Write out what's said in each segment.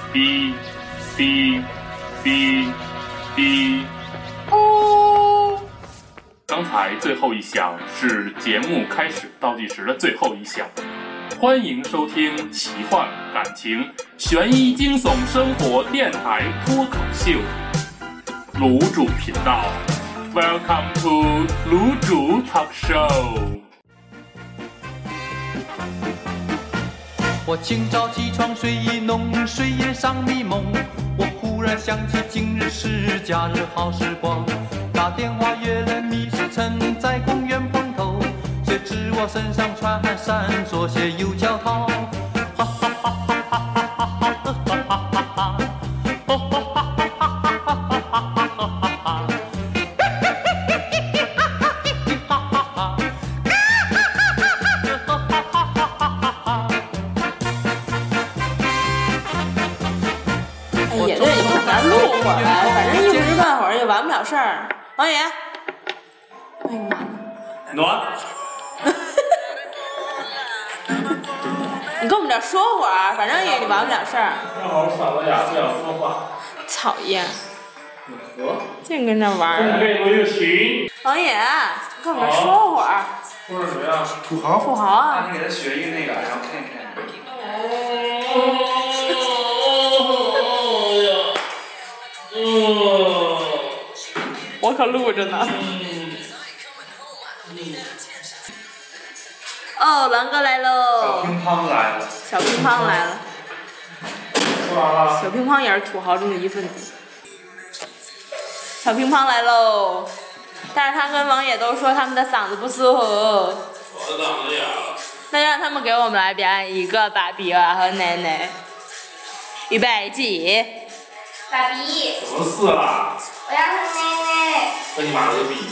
哔哔哔哔哦。刚才最后一响是节目开始倒计时的最后一响。欢迎收听奇幻、感情、悬疑、惊悚生活电台脱口秀，卤煮频道。Welcome to 卤煮 Talk Show。 我清早起床睡意浓，睡眼尚迷蒙。我忽然想起今日是假日好时光，打电话约了米时晨在公园碰头。谁知我身上穿汗衫，左鞋右脚套。哈哈哈哈哈哈哈哈哈哈哈！ 也对，以后咱录会儿呗，反正一时半会儿也完不了事儿。王爷，哎呀妈呀！ 暖。 你跟我们这说会儿，反正也完不了事儿。 正好嗓子哑，不想说话。 讨厌。净跟这玩儿。 这里有一个群。 王爷，跟我们这说会儿。 说什么呀？ 土豪啊！ 你给他学一个那个，然后看一看。 我可录着呢。哦，狼哥来喽！ 小乒乓来了。 小乒乓来了。 说完了。 小乒乓也是土豪中的一份子。小乒乓来喽！但是他跟王爷都说他们的嗓子不舒服。 我的嗓子哑了。 那就让他们给我们来表演一个芭比娃和奶奶。预备起！ 爸比， 什么事啦？ 我要和奶奶。 跟你妈了个逼！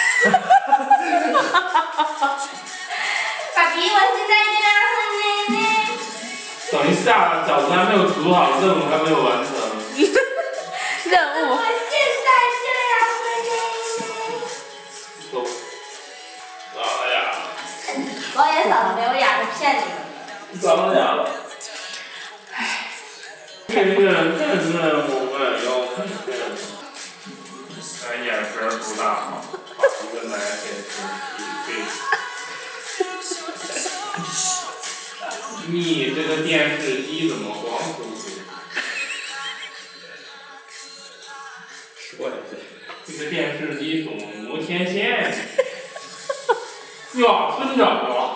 爸比，我现在就要和奶奶。 等一下，饺子还没有煮好，任务还没有完成。 任务。 我现在就要和奶奶。 走。咋了呀？ 王爷嗓子没有哑是骗你们的。 咋了呀？这个真是我们要看见。咱眼神不大好，把一个男人给你这个电视机怎么光秃秃？说一下，这个电视机怎么无天线？呀，村长啊！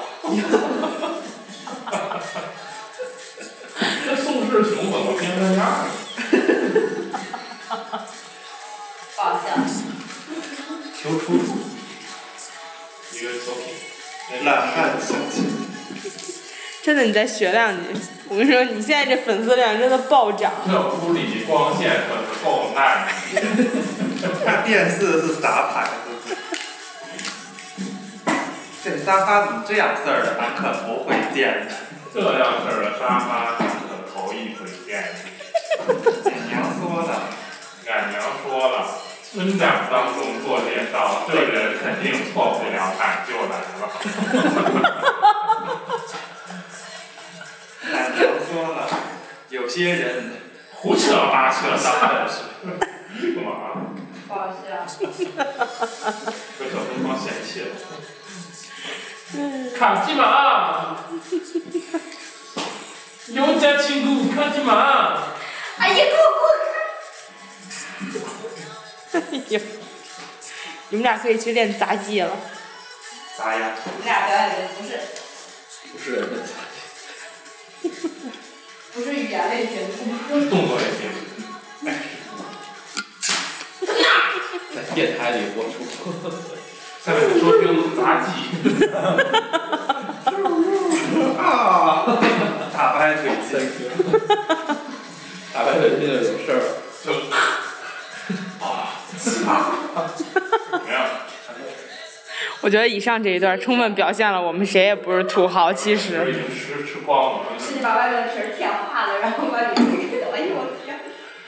这宋世雄怎么变这样了？ 不好笑。 求出处。 一个小品。 懒汉相亲。 真的，你再学两句。我跟你说，你现在这粉丝量真的暴涨。 这屋里光线可是够烂。 看电视是啥牌子？这沙发怎么这样式儿的？俺可不会见的。 这样式儿的沙发，咱可头一回见。 俺娘说的。 俺娘说了，村长当众做介绍，这人肯定错不了，俺就来了。 俺娘说了，有些人胡扯八扯，啥的是？干嘛？ 不好笑。 被小东方嫌弃了。卡基玛，有家亲故卡基玛。 哎呀， 哎呦，你们俩可以去练杂技了。 咋呀？ 你们俩表演的不是。 不是人的杂技。不是语言类节目。 动作类节目。 在电台里播出。 下面说听杂技。 啊！大白腿筋。大白腿筋的有事儿。 怎么样？ 我觉得以上这一段充分表现了我们谁也不是土豪，其实。 已经吃光了。 是你把外面的皮儿舔化了，然后把里面给哎呦我天！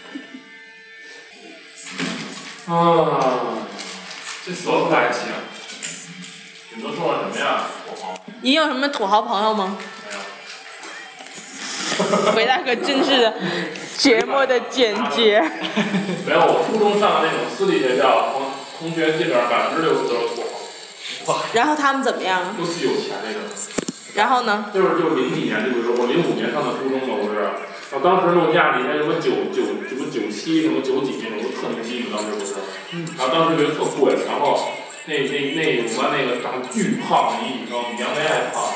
啊，这多不开心啊！你都说了什么呀，土豪？ 你有什么土豪朋友吗？ 没有。 回答可真是的， 节目的简洁。 没有，我初中上的那种私立学校，同学基本上60%都是土豪。 然后他们怎么样？ 都巨有钱那种。 然后呢？ 就是零几年，就是我05年上的初中嘛，不是。然后当时诺基亚里面什么97什么90几那种都特牛逼，当时不是。然后当时觉得特贵，然后那我们那个长得巨胖，比杨梅还胖。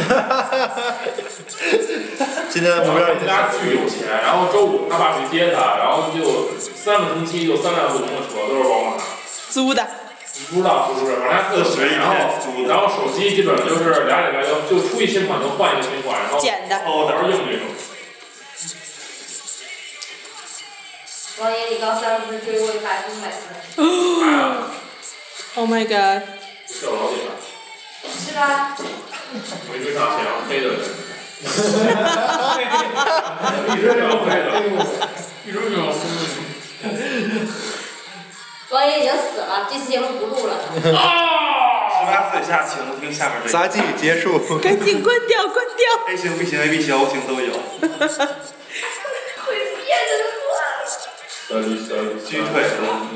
今天的目标他们家巨有钱，然后周五他爸去接他，然后就3个星期就3辆不同的车，都是宝马。 租的。 不知道是不是，往家特水，然后手机基本上就是2礼拜就出一新款就换一个新款，然后捡的， 玩硬那种。 王爷，你高3不是追过一把新买的 ？Oh my god！ 叫老姐吧？ 是吧？ 没追上，想要黑的人。一直想黑的，一直想黑。 王爷已经死了，这期节目不录了。 18岁以下请听下面这。 杂技结束。 赶紧关掉，关掉。 A 型、B 型、AB 型、O 型都有。 会变的锯腿了。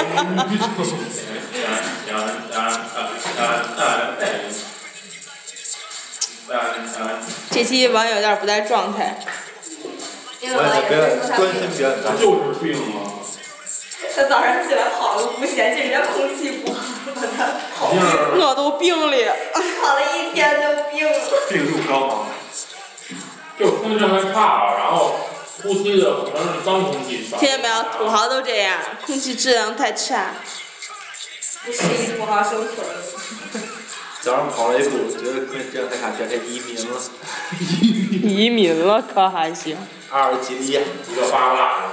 这期网友有点不在状态。 因为王爷关心别人。 他就是病了。 他早上起来跑了5险，人家空气不好， 我都病了， 跑了1天就病了。 病入膏肓。 就空气太差了，然后呼吸的全是脏空气。 听见没有？土豪都这样，空气质量太差。 不适应土豪生存。 早上跑了一步，觉得这样太卡，变成移民了。 移民了可还行。 阿尔及利亚， 一个巴拉。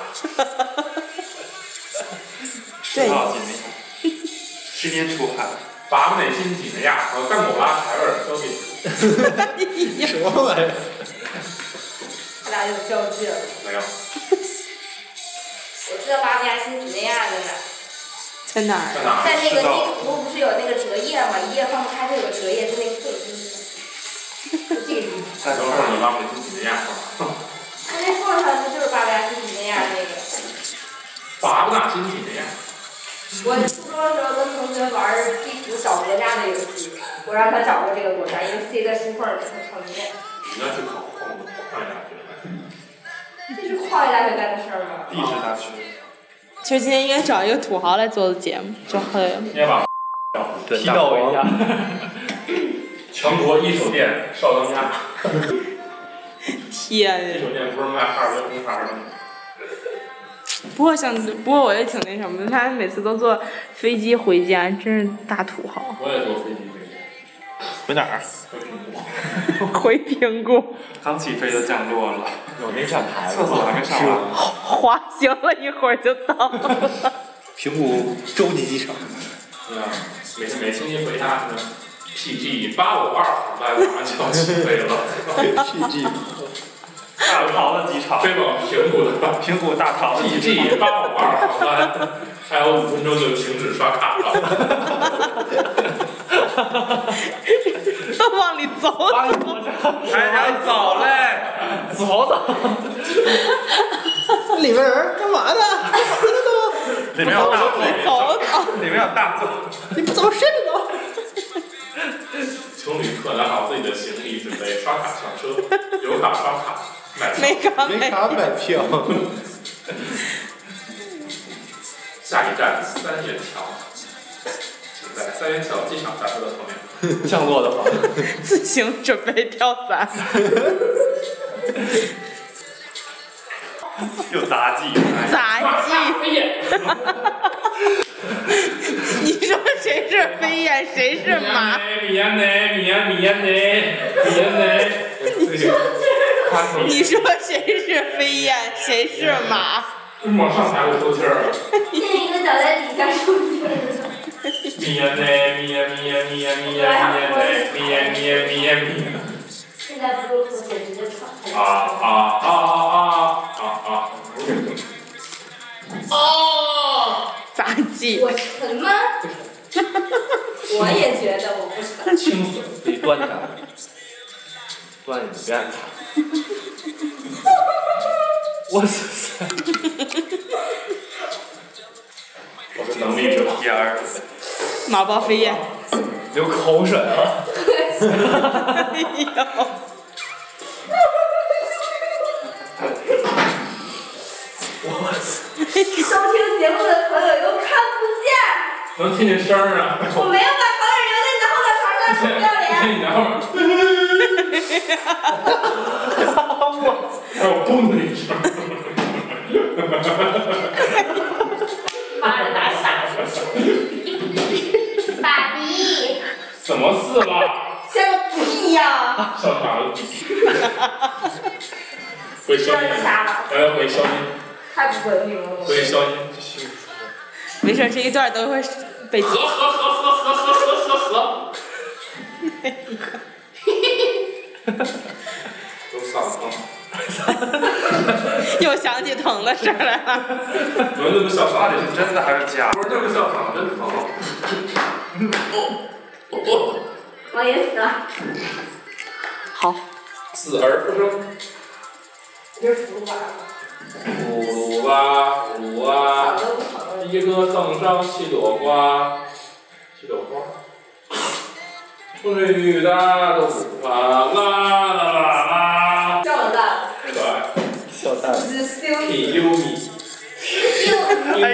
对。 10年出海， 巴布内新几内亚和甘果拉凯尔交界。 什么玩意儿？ 他俩有较劲了。 没有。 我知道巴布亚新几内亚在哪儿。 在哪儿？ 在那个地图不是有那个折页吗？一页放不开，它有个折页，就那个色就这个地方。 在等会儿你巴布内新几内亚是吧？ 它那缝上就是巴布亚新几内亚那个。 巴布纳新几内亚。 我初中的时候跟同学玩地图找国家的游戏，我让他找过这个国家，因为塞在书缝里很讨厌。 你那是考矿业大学。 这是矿业大学干的事儿吗？ 地质大学。 其实今天应该找一个土豪来做的节目，就会。 今天把批斗我一下。 全国一手店少当家。 天。 一手店不是卖哈尔滨红肠的吗？ 不过我也挺那什么的，他每次都坐飞机回家，真是大土豪。 我也坐飞机回家。 回哪儿？ 回平谷。 刚起飞就降落了。 我没上台。 厕所还没上完。 滑行了一会儿就到了。 平谷洲际机场。 每星期回家是 PG 852航班马上就要起飞了。 PG。 大陶的机场， 飞往平谷的平谷大陶的机场。PG 852航班，还有5分钟就停止刷卡了。 都往里走。 还走嘞， 走。里面人干嘛呢？ 里面有大走。 里面有大座。 你不走，睡着走。 请旅客拿好自己的行李，准备刷卡上车。有卡刷卡。 没卡买票。 下一站3元桥，请在3元桥机场下车的朋友降落的话， 自行准备跳伞。 有杂技。 杂技。你说谁是飞燕，谁是马？ 米彦内。 你说谁是飞燕，谁是马？ 往上抬不出气儿。 另一个脚在底下出气儿。 米彦内。 现在不用出血，直接喘。 杂技。 我沉吗？我也觉得我不沉。 清死，自己端起来。端你别。 我操！我的能力者第二， 马报飞燕。 流口水了。 哎呦！ 我操！ 收听节目的朋友都看不见。 能听见声儿啊！ 我没有把口水留在你的后脑勺上，臭不要脸！ 你后面。我操！还有咚的一声。 妈的，打傻子！爸比。 什么事了？ 像个屁呀！ 笑啥了？会消音，来会消音。 太不文明了！ 会消音。 没事，这一段都会被剪。 都嗓子疼。 又想起疼的事来了。 你们那么笑啥？ 是真的还是假的？ 不是那么笑嗓子真疼。 我也死了。 好。 死而复生。 这是腐吧？ 葫芦娃，葫芦娃，一个灯上7朵花，7朵花。风吹雨打都不怕，啦啦啦啦。 笑完了。 可爱。 笑蛋。 挺优米。 哎。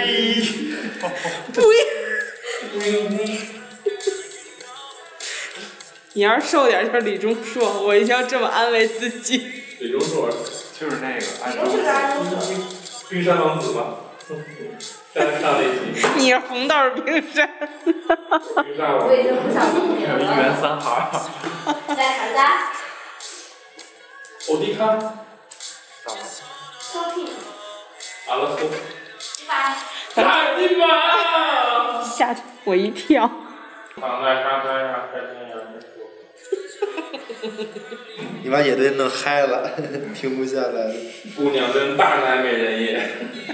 你要是瘦点，就是李钟硕，我一定要这么安慰自己。 李钟硕就是那个安中。 冰山王子吧。上那集。 你是红豆冰山。 冰山王子。 我已经不想听你了。 1元3毫。 来看看。 欧迪卡。 收听。 阿拉斯。 拜。 赶紧吧！ 吓我一跳。 躺在沙滩上看天阳的你把野队弄嗨了，停不下来了。 姑娘真大奶美人也。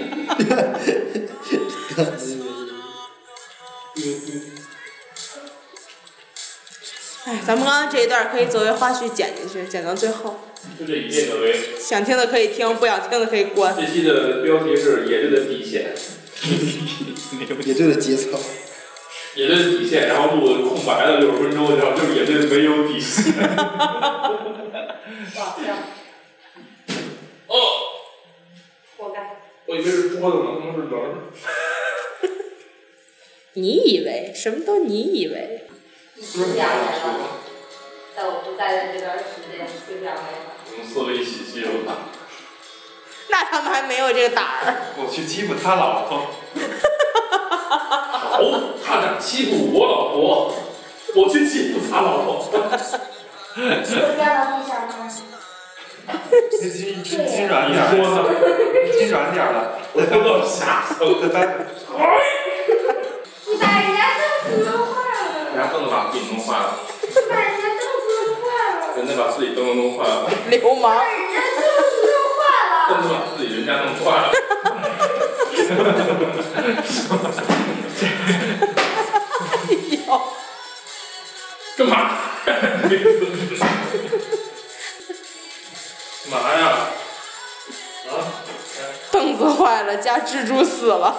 哎，咱们刚刚这一段可以作为花絮剪进去，剪到最后。 就这一页就为。 想听的可以听，不想听的可以关。 这期的标题是野队的底线。 野队的节操。 野队的底线，然后录的空白的60分钟，然后就是野队没有底线。哦。 活该。 我以为是桌子呢，他妈是人儿。 你以为？什么都你以为？ 2年了，在我不在的这段时间，就这样没了。 我们4个一起欺负他。 那他们还没有这个胆儿。 我去欺负他老婆。 好，他敢欺负我老婆，我去欺负他老婆。 就掉到地上吗？ 筋软点儿。筋软点儿了。 我都到下层了。 你把人家凳子弄坏了。 人家凳子把自己弄坏了。 你把人家凳子弄坏了。 人家把自己凳子弄坏了。 流氓。 把人家凳子弄坏了。 凳子把自己人家弄坏了。干嘛？干嘛呀？啊？ 凳子坏了，加蜘蛛死了。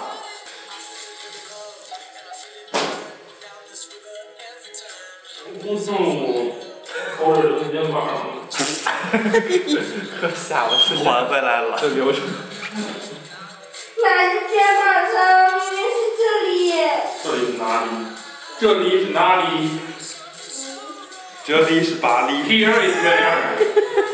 公司我抠着人肩膀了。 可吓我，还回来了。这流程。 哪个肩膀上？明明是这里。 这里是哪里？这里是哪里？ 这里是巴黎。 Here is where。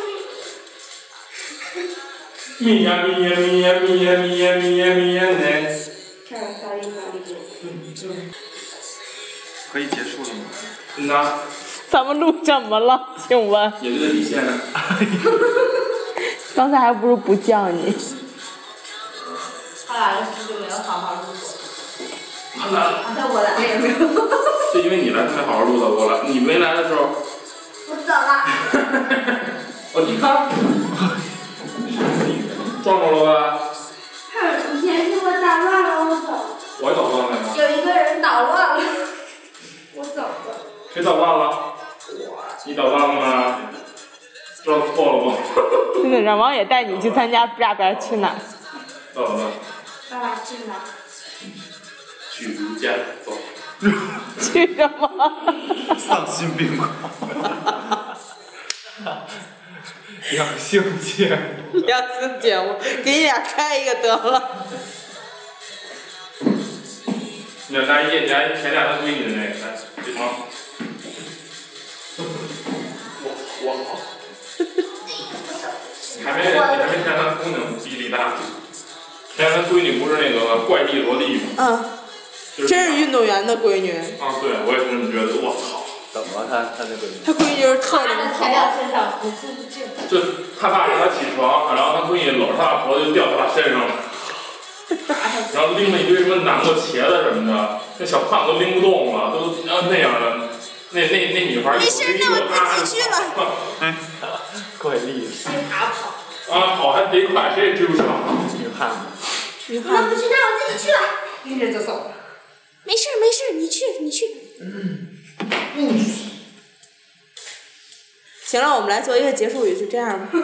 咪呀咪呀咪呀咪呀咪呀咪呀咪呀呢？ 这儿哪里哪里？ 可以结束了吗？ 那。 咱们录怎么了？请问？ 野队的底线呢？ 刚才还不如不叫你。 他来了是不是就没有好好录过？ 他来了。 好像我来了也没有。 就因为你来，他没好好录的。我来，你没来的时候。 我走了。 我你看。撞着了吧？ 你先给我打乱了，我走。 我也捣乱了吗？ 有一个人捣乱了，我走了。 谁捣乱了？你捣乱了吗？ 知道错了吗？ 真的让王爷带你去参加不知道去哪儿。 怎么了？ 爸爸去哪？ 去如家走。 去什么？ 丧心病狂。两性节目。 两性节目，给你俩开一个得了。 你要拿前两个闺女的那个，对吗？我好。你还没看他姑娘比例大。前两个闺女不是那个怪力萝莉吗？ 嗯。真是运动员的闺女。 啊，对，我也是这么觉得。我操！ 怎么了他那闺女？ 他闺女就是特能跑。 身上不出不去。 就他爸让他起床，然后他闺女搂着他老婆就掉他爸身上了，然后拎了一堆什么南瓜、茄子什么的，那小胖子都拎不动了，都那样的。那女孩。 没事，那我自己去了。 怪力。 先爬跑。 啊，跑还贼快，谁也追不上。 女汉子。 你们不去，那我自己去了。拎着就走了。 没事，你去。行了，我们来做一个结束语，就这样吧。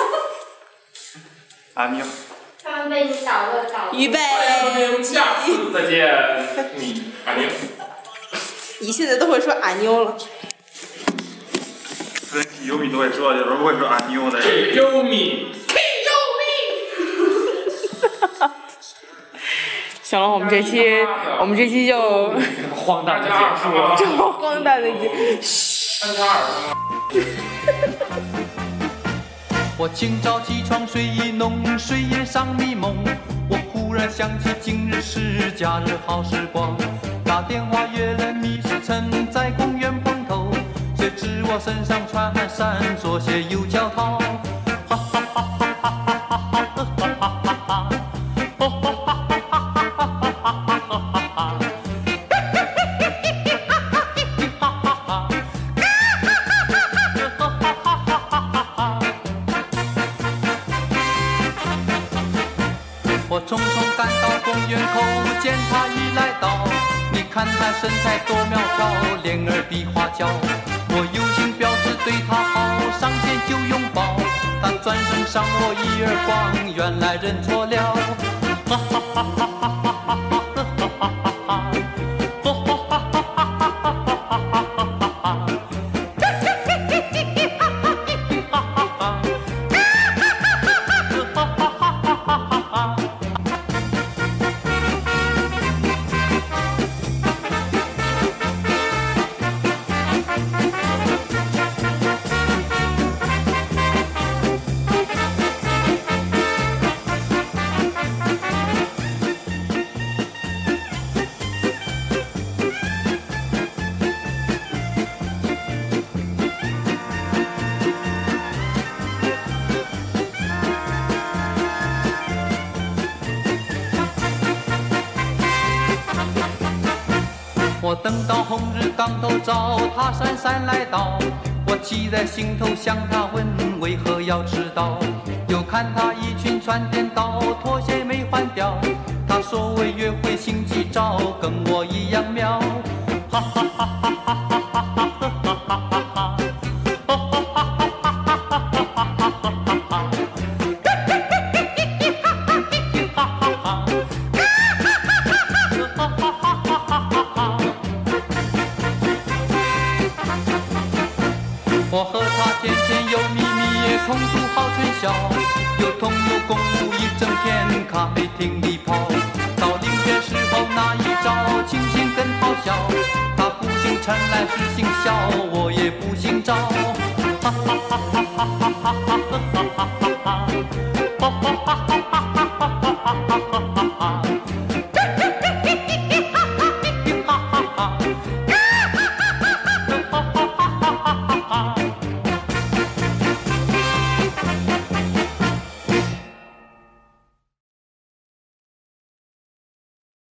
阿喵。 他们被你倒了。 预备。 下次再见，阿妞。 你现在都会说阿妞了。 跟优米都会说，有时候会说阿妞的。 优米。 行了，我们这期就荒诞的结束了。 这么荒诞的我清早起床睡意浓，睡眼尚迷蒙。我忽然想起今日是假日好时光，打电话约了迷失城，在公园碰头。谁知我身上穿汗衫，左鞋右脚套。哈哈哈哈哈哈哈哈哈哈哈！我匆匆赶到公园口，见他已来到。你看他身材多苗条，脸儿比花娇。我有心表示对他好，上前就拥抱。他转身赏我一耳光，原来认错了。哈哈哈哈哈哈哈哈哈哈哈！我等到红日当头照，他姗姗来到，我气在心头，向他问为何要迟到。又看他衣裙穿颠倒，拖鞋没换掉。他所谓约会心急照，跟我一样妙。哈哈哈哈哈哈哈哈哈哈哈哈！我和他甜甜又蜜蜜，同度好春宵，又同游共舞一整天，咖啡厅里跑。到临别时候那一招，清醒更好笑。他不姓陈来是姓肖，我也不姓赵。哈哈哈哈哈哈哈哈哈！